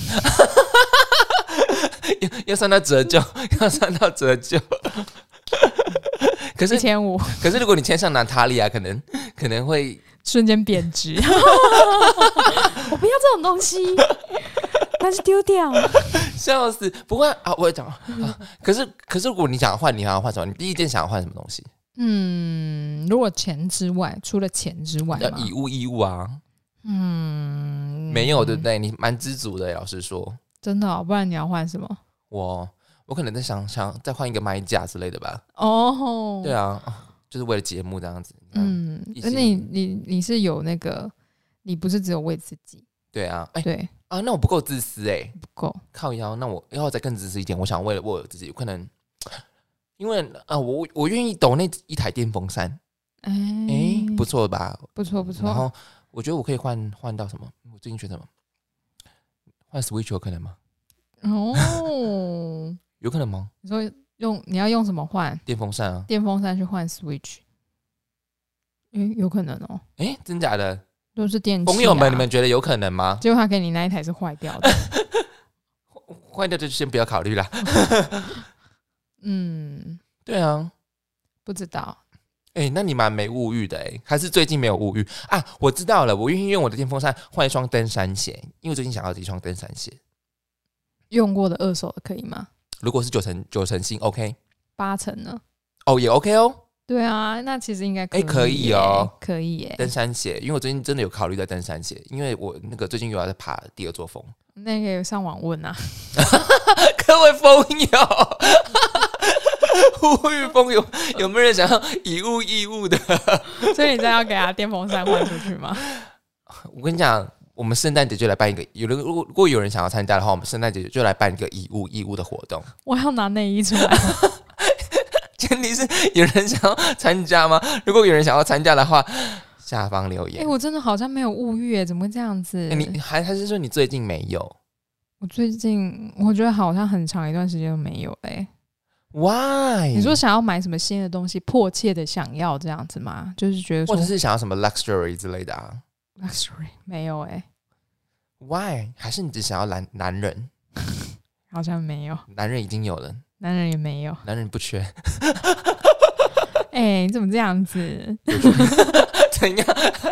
要要算到折旧，要算到折旧。可是一千五。 可是如果你签上娜塔莉亚，可能可能会瞬间贬值。我不要这种东西，那就丢掉。 笑死！不会啊，我讲、啊。可是可是，如果你想要换，你想要换什么？你第一件想要换什么东西？ 嗯，如果钱之外，除了钱之外要以物易物啊。 嗯， 没有对不对？你蛮知足的，老实说。 真的、哦，不然你要换什么？ 我我可能在想想再换一个麦架之类的吧。 哦， 对啊，就是为了节目这样子。 嗯，那你你你是有那个，你不是只有为自己？ 对啊，哎、欸、 对啊，那我不够自私哎、欸， 不够靠腰，那我要再更自私一点。我想为了我自己，可能因为啊，我我愿意抖那一台电风扇，哎、欸欸，不错吧？ 不错不错。 然后我觉得我可以换换到什么？我最近觉得什么？换 Switch 有可能吗？ 哦， 有可能吗？ 你说用你要用什么换？ 电风扇啊， 电风扇去换 Switch， 嗯，有可能哦。 哎、欸，真假的？ 都是电器、啊。 朋友们，你们觉得有可能吗？ 结果他给你那一台是坏掉的， 坏掉就先不要考虑啦。 嗯， 对啊， 不知道。 哎、欸，那你蛮没物欲的哎、欸，还是最近没有物欲啊？我知道了，我愿意用我的电风扇换一双登山鞋，因为我最近想要一双登山鞋。 用过的二手的可以吗？ 如果是九成九成新 ，OK。 八成呢？ 哦，也 OK 哦。 对啊，那其实应该可以、欸欸、可以哦， 可以耶、欸。 登山鞋，因为我最近真的有考虑在登山鞋，因为我那个最近又要在爬第二座峰。 那个上网问啊， 各位风友，呼吁风友，有没有人想要以物易物的？ 所以你再要给他电风扇换出去吗？ 我跟你讲，我们圣诞节就来办一个，有人如果有人想要参加的话，我们圣诞节就来办一个以物易物的活动。 我要拿内衣出来。 前提是有人想要参加吗？如果有人想要参加的话，下方留言。 哎、欸，我真的好像没有物欲，怎么会这样子？ 欸、你还还是说你最近没有？ 我最近我觉得好像很长一段时间都没有嘞、欸。 Why？ 你说想要买什么新的东西，迫切的想要这样子吗？就是觉得说， 或者是想要什么 luxury 之类的啊 ？luxury 没有哎、欸。 Why？ 还是你只想要男男人？ 好像没有， 男人已经有了。 男人也没有， 男人不缺。 哎、欸，你怎么这样子？ 怎样？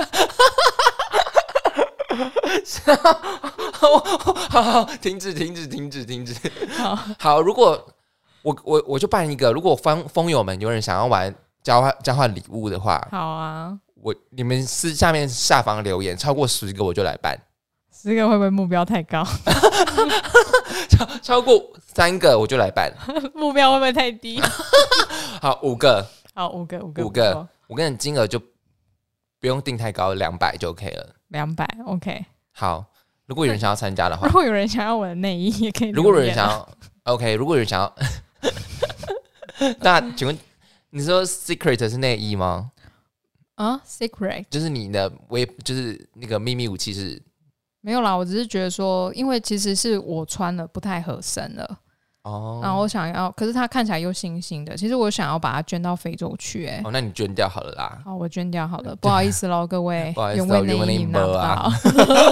好好好，停止，停止，停止，停止。 好， 好，如果我我我就办一个，如果风风友们有人想要玩交换交换礼物的话， 好啊， 我你们私下面下方留言，超过十个我就来办。 十个会不会目标太高？ 超超过三个我就来办。 目标会不会太低？ 好，五个。 好，五个，五个， 五个。我跟你金额就不用定太高，两百就 OK 了。 两百 OK。 好，如果有人想要参加的话， 如果有人想要我的内衣也可以。 如果有人想要 OK， 如果有人想要，那请问你说 Secret 是内衣吗？ 啊 ，Secret 就是你的微，就是那个秘密武器是。 没有啦，我只是觉得说，因为其实是我穿了不太合身了，哦，然后我想要，可是它看起来又新新的，其实我想要把它捐到非洲去、欸，哎， 哦，那你捐掉好了啦。 好，我捐掉好了，不好意思喽，各位， 不好意思原味内衣拿不到。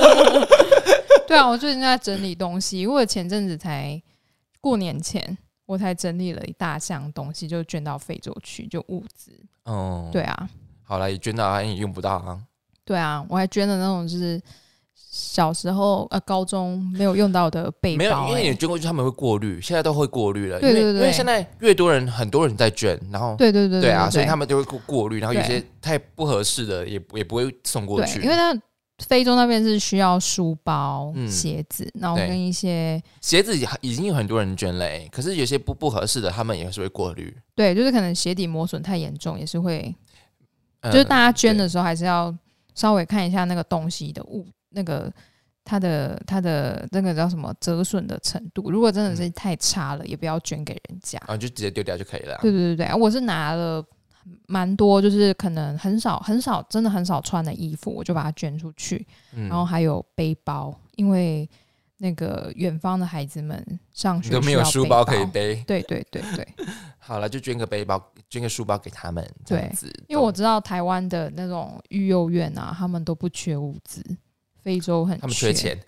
对啊，我最近在整理东西，因为我前阵子才过年前， 我才整理了一大箱东西，就捐到非洲去，就物资。 哦， 对啊， 好了，也捐到啊，也用不到啊。 对啊，我还捐了那种就是小时候呃高中没有用到的背包、欸， 没有，因为你捐过去他们会过滤，现在都会过滤了。 对对对， 因为因为现在越多人，很多人在捐，然后对对对 对, 对啊， 对所以他们就会过过滤，然后有些太不合适的也也不会送过去， 对，因为他非洲那边是需要书包、 嗯、 鞋子，然后跟一些鞋子已经有很多人捐了、欸，可是有些不不合适的，他们也是会过滤。 对，就是可能鞋底磨损太严重，也是会， 嗯、 就是大家捐的时候还是要稍微看一下那个东西的物那个。它的它的那个叫什么折损的程度，如果真的是太差了，嗯、也不要捐给人家， 啊，就直接丢掉就可以了。 对对对对，我是拿了蛮多，就是可能很少很少真的很少穿的衣服，我就把它捐出去，嗯、然后还有背包，因为那个远方的孩子们上学需要背包， 都没有书包可以背， 对对对对。 好了，就捐个背包，捐个书包给他们，这样子。 因为我知道台湾的那种育幼院啊，他们都不缺物资。非洲很缺， 他们缺钱，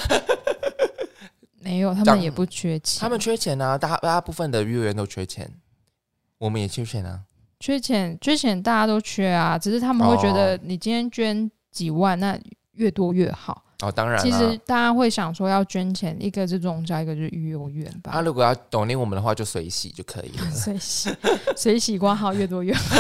没有，他们也不缺钱， 他们缺钱啊，大大部分的幼儿园都缺钱，我们也缺钱啊， 缺钱，缺钱，大家都缺啊，只是他们会觉得你今天捐几万，那越多越好。 哦，当然啦， 其实大家会想说要捐钱，一个是宗教，一个就是育幼院吧。 啊，如果要懂念我们的话，就随喜就可以了， 随喜，随喜挂号越多越好。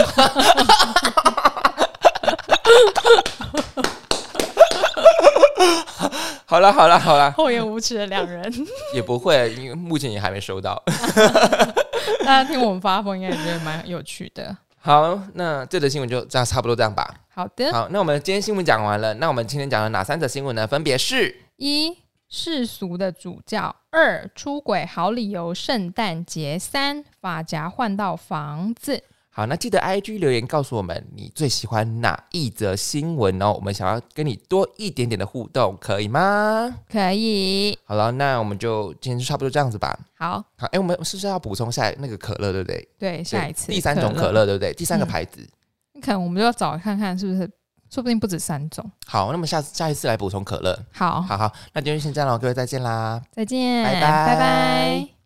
好了好了好了， 厚颜无耻的两人也不会，因为目前也还没收到。 大家听我们发疯应该也觉得蛮有趣的。 好，那这则新闻就这样差不多这样吧。 好的， 好，那我们今天新闻讲完了，那我们今天讲的哪三则新闻呢？分别是： 一、世俗的主教；二、出轨好理由圣诞节；三、发夹换到房子。 好，那记得 I G 留言告诉我们你最喜欢哪一则新闻哦，我们想要跟你多一点点的互动，可以吗？ 可以。 好了，那我们就今天就差不多这样子吧。 好， 好，哎、欸，我们是不是要补充下那个可乐，对不对？ 对，下一次第三种可乐，对不对？第三个牌子， 嗯、可能我们就要找看看是不是，说不定不止三种。 好，那么下下一次来补充可乐。 好， 好好，那今天就先这样了，各位再见啦， 再见， 拜拜， 拜拜。